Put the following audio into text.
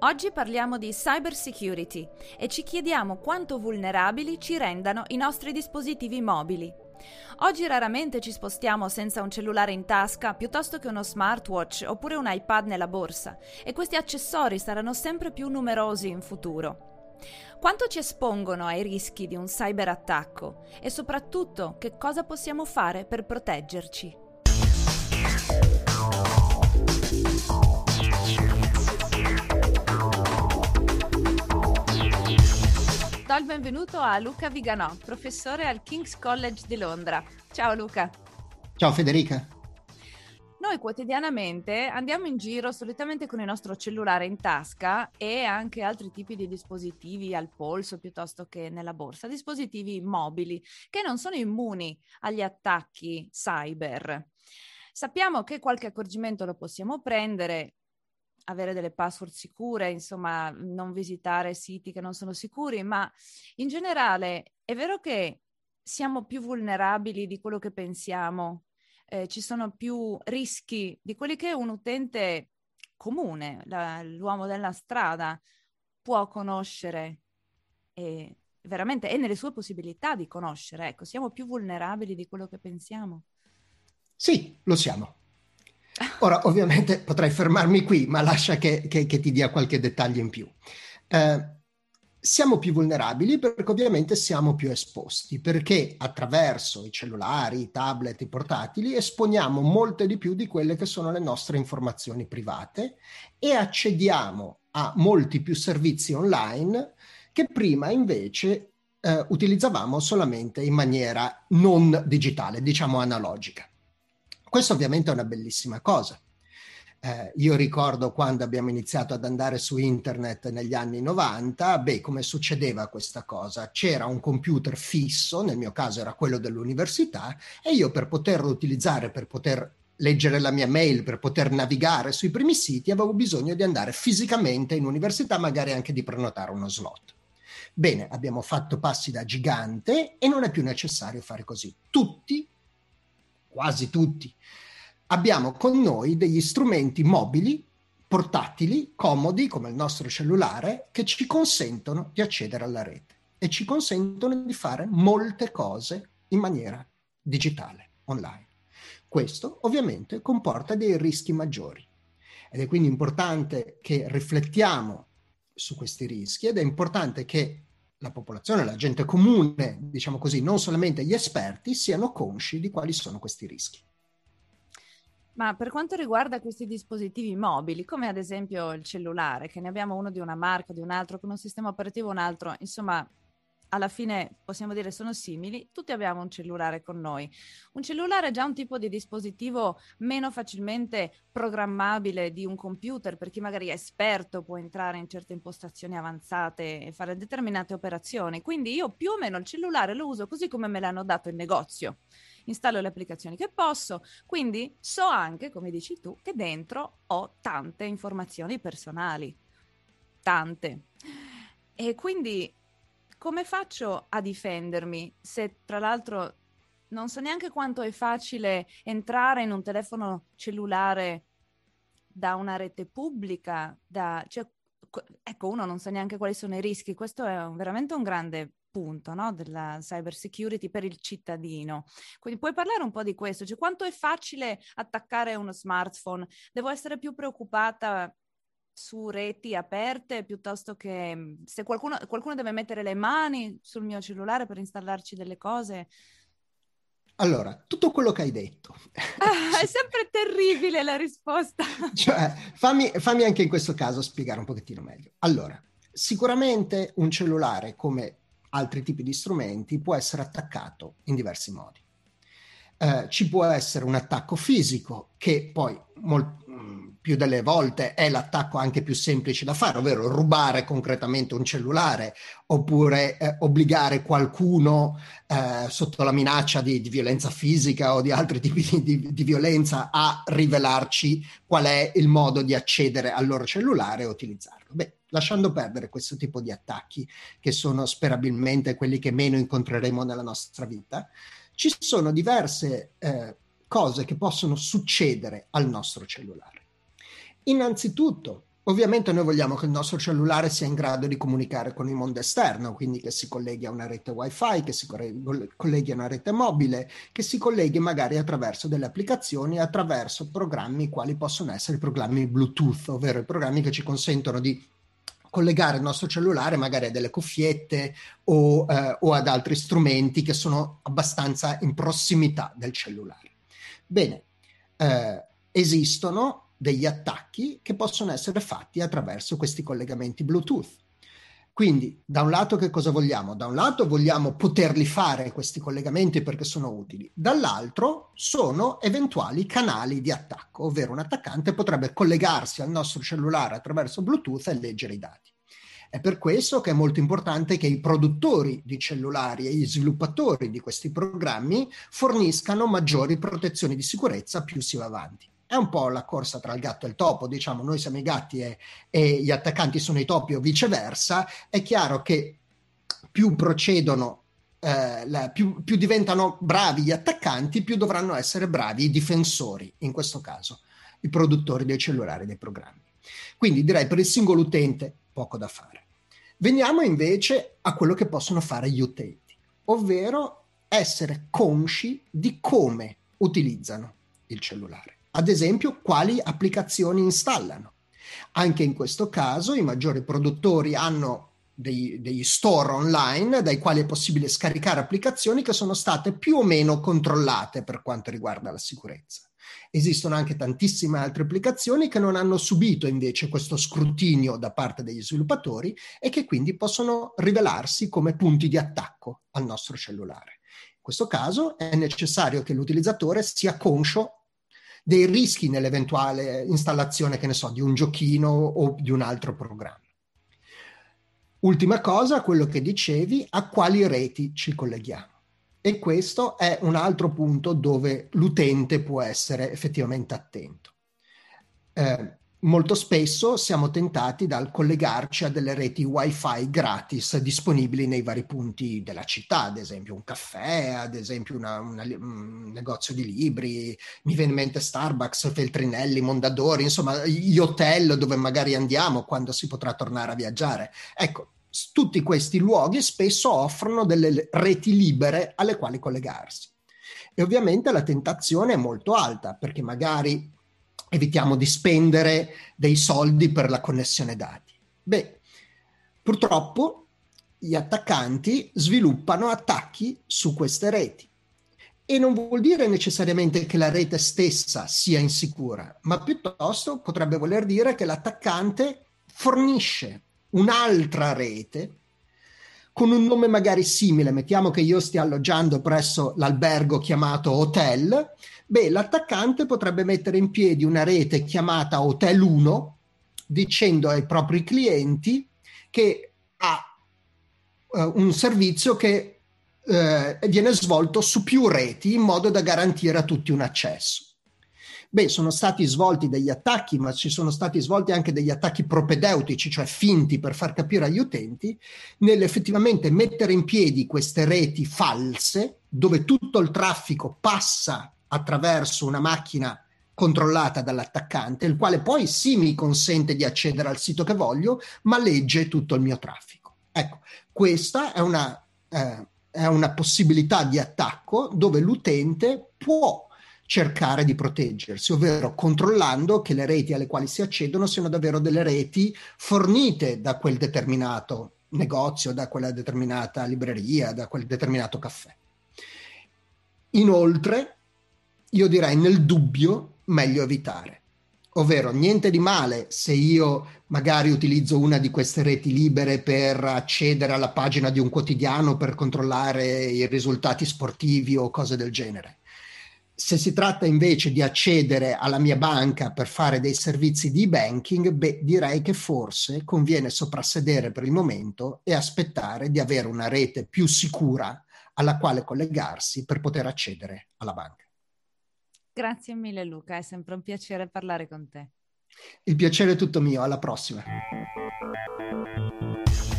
Oggi parliamo di cyber security e ci chiediamo quanto vulnerabili ci rendano i nostri dispositivi mobili. Oggi raramente ci spostiamo senza un cellulare in tasca piuttosto che uno smartwatch oppure un iPad nella borsa, e questi accessori saranno sempre più numerosi in futuro. Quanto ci espongono ai rischi di un cyberattacco e soprattutto che cosa possiamo fare per proteggerci? Do il benvenuto a Luca Viganò, professore al King's College di Londra. Ciao Luca. Ciao Federica. Noi quotidianamente andiamo in giro solitamente con il nostro cellulare in tasca e anche altri tipi di dispositivi al polso piuttosto che nella borsa, dispositivi mobili che non sono immuni agli attacchi cyber. Sappiamo che qualche accorgimento lo possiamo prendere, avere delle password sicure, insomma, non visitare siti che non sono sicuri, ma in generale è vero che siamo più vulnerabili di quello che pensiamo, ci sono più rischi di quelli che un utente comune, l'uomo della strada, può conoscere e veramente è nelle sue possibilità di conoscere. Ecco, siamo più vulnerabili di quello che pensiamo. Sì, lo siamo. Ora, ovviamente potrei fermarmi qui, ma lascia che ti dia qualche dettaglio in più. Siamo più vulnerabili perché ovviamente siamo più esposti, perché attraverso i cellulari, i tablet, i portatili esponiamo molte di più di quelle che sono le nostre informazioni private e accediamo a molti più servizi online che prima invece utilizzavamo solamente in maniera non digitale, diciamo analogica. Questo ovviamente è una bellissima cosa. Io ricordo quando abbiamo iniziato ad andare su internet negli anni 90, come succedeva questa cosa? C'era un computer fisso, nel mio caso era quello dell'università, e io per poterlo utilizzare, per poter leggere la mia mail, per poter navigare sui primi siti, avevo bisogno di andare fisicamente in università, magari anche di prenotare uno slot. Bene, abbiamo fatto passi da gigante e non è più necessario fare così. Tutti, quasi tutti, abbiamo con noi degli strumenti mobili, portatili, comodi, come il nostro cellulare, che ci consentono di accedere alla rete e ci consentono di fare molte cose in maniera digitale, online. Questo ovviamente comporta dei rischi maggiori ed è quindi importante che riflettiamo su questi rischi ed è importante che la popolazione, la gente comune, diciamo così, non solamente gli esperti, siano consci di quali sono questi rischi. Ma per quanto riguarda questi dispositivi mobili, come ad esempio il cellulare, che ne abbiamo uno di una marca, di un altro, con un sistema operativo un altro, insomma, alla fine possiamo dire sono simili, tutti abbiamo un cellulare con noi. Un cellulare è già un tipo di dispositivo meno facilmente programmabile di un computer, per chi magari è esperto può entrare in certe impostazioni avanzate e fare determinate operazioni. Quindi io più o meno il cellulare lo uso così come me l'hanno dato in negozio. Installo le applicazioni che posso, quindi so anche, come dici tu, che dentro ho tante informazioni personali. Tante. E quindi come faccio a difendermi se tra l'altro non so neanche quanto è facile entrare in un telefono cellulare da una rete pubblica, ecco, uno non sa neanche quali sono i rischi. Questo è veramente un grande punto, no, della cyber security per il cittadino. Quindi puoi parlare un po' di questo, cioè quanto è facile attaccare uno smartphone? Devo essere più preoccupata su reti aperte piuttosto che se qualcuno deve mettere le mani sul mio cellulare per installarci delle cose? Allora, tutto quello che hai detto. È sempre terribile la risposta. Cioè, fammi anche in questo caso spiegare un pochettino meglio. Allora, sicuramente un cellulare, come altri tipi di strumenti, può essere attaccato in diversi modi. Ci può essere un attacco fisico, che poi più delle volte è l'attacco anche più semplice da fare, ovvero rubare concretamente un cellulare oppure obbligare qualcuno sotto la minaccia di violenza fisica o di altri tipi di violenza a rivelarci qual è il modo di accedere al loro cellulare e utilizzarlo. Lasciando perdere questo tipo di attacchi, che sono sperabilmente quelli che meno incontreremo nella nostra vita, ci sono diverse cose che possono succedere al nostro cellulare. Innanzitutto, Ovviamente noi vogliamo che il nostro cellulare sia in grado di comunicare con il mondo esterno, quindi che si colleghi a una rete wifi, che si colleghi a una rete mobile, che si colleghi magari attraverso delle applicazioni, attraverso programmi quali possono essere i programmi Bluetooth, ovvero i programmi che ci consentono di collegare il nostro cellulare magari a delle cuffiette o ad altri strumenti che sono abbastanza in prossimità del cellulare. Bene, esistono degli attacchi che possono essere fatti attraverso questi collegamenti Bluetooth. Quindi, da un lato che cosa vogliamo? Da un lato vogliamo poterli fare questi collegamenti perché sono utili, dall'altro sono eventuali canali di attacco, ovvero un attaccante potrebbe collegarsi al nostro cellulare attraverso Bluetooth e leggere i dati. È per questo che è molto importante che i produttori di cellulari e gli sviluppatori di questi programmi forniscano maggiori protezioni di sicurezza più si va avanti. È un po' la corsa tra il gatto e il topo, diciamo, noi siamo i gatti e gli attaccanti sono i topi o viceversa. È chiaro che più procedono, più diventano bravi gli attaccanti, più dovranno essere bravi i difensori, in questo caso i produttori dei cellulari e dei programmi. Quindi direi per il singolo utente poco da fare. Veniamo invece a quello che possono fare gli utenti, ovvero essere consci di come utilizzano il cellulare. Ad esempio, quali applicazioni installano. Anche in questo caso i maggiori produttori hanno degli store online dai quali è possibile scaricare applicazioni che sono state più o meno controllate per quanto riguarda la sicurezza. Esistono anche tantissime altre applicazioni che non hanno subito invece questo scrutinio da parte degli sviluppatori e che quindi possono rivelarsi come punti di attacco al nostro cellulare. In questo caso è necessario che l'utilizzatore sia conscio dei rischi nell'eventuale installazione, che ne so, di un giochino o di un altro programma. Ultima cosa, quello che dicevi, a quali reti ci colleghiamo. E questo è un altro punto dove l'utente può essere effettivamente attento. Molto spesso siamo tentati dal collegarci a delle reti wifi disponibili nei vari punti della città, ad esempio un caffè, ad esempio un negozio di libri, mi viene in mente Starbucks, Feltrinelli, Mondadori, insomma gli hotel dove magari andiamo quando si potrà tornare a viaggiare. Ecco, tutti questi luoghi spesso offrono delle reti libere alle quali collegarsi. E ovviamente la tentazione è molto alta perché magari evitiamo di spendere dei soldi per la connessione dati. Beh, purtroppo gli attaccanti sviluppano attacchi su queste reti. E non vuol dire necessariamente che la rete stessa sia insicura, ma piuttosto potrebbe voler dire che l'attaccante fornisce un'altra rete con un nome magari simile. Mettiamo che io stia alloggiando presso l'albergo chiamato hotel. Beh, l'attaccante potrebbe mettere in piedi una rete chiamata Hotel 1 dicendo ai propri clienti che ha un servizio che viene svolto su più reti in modo da garantire a tutti un accesso. Beh, sono stati svolti degli attacchi, ma ci sono stati svolti anche degli attacchi propedeutici, cioè finti per far capire agli utenti, nell'effettivamente mettere in piedi queste reti false, dove tutto il traffico passa attraverso una macchina controllata dall'attaccante, il quale poi sì mi consente di accedere al sito che voglio, ma legge tutto il mio traffico. Ecco, questa è una possibilità di attacco dove l'utente può cercare di proteggersi, ovvero controllando che le reti alle quali si accedono siano davvero delle reti fornite da quel determinato negozio, da quella determinata libreria, da quel determinato caffè. Inoltre, io direi nel dubbio meglio evitare, ovvero niente di male se io magari utilizzo una di queste reti libere per accedere alla pagina di un quotidiano per controllare i risultati sportivi o cose del genere. Se si tratta invece di accedere alla mia banca per fare dei servizi di banking, beh, direi che forse conviene soprassedere per il momento e aspettare di avere una rete più sicura alla quale collegarsi per poter accedere alla banca. Grazie mille Luca, è sempre un piacere parlare con te. Il piacere è tutto mio, alla prossima.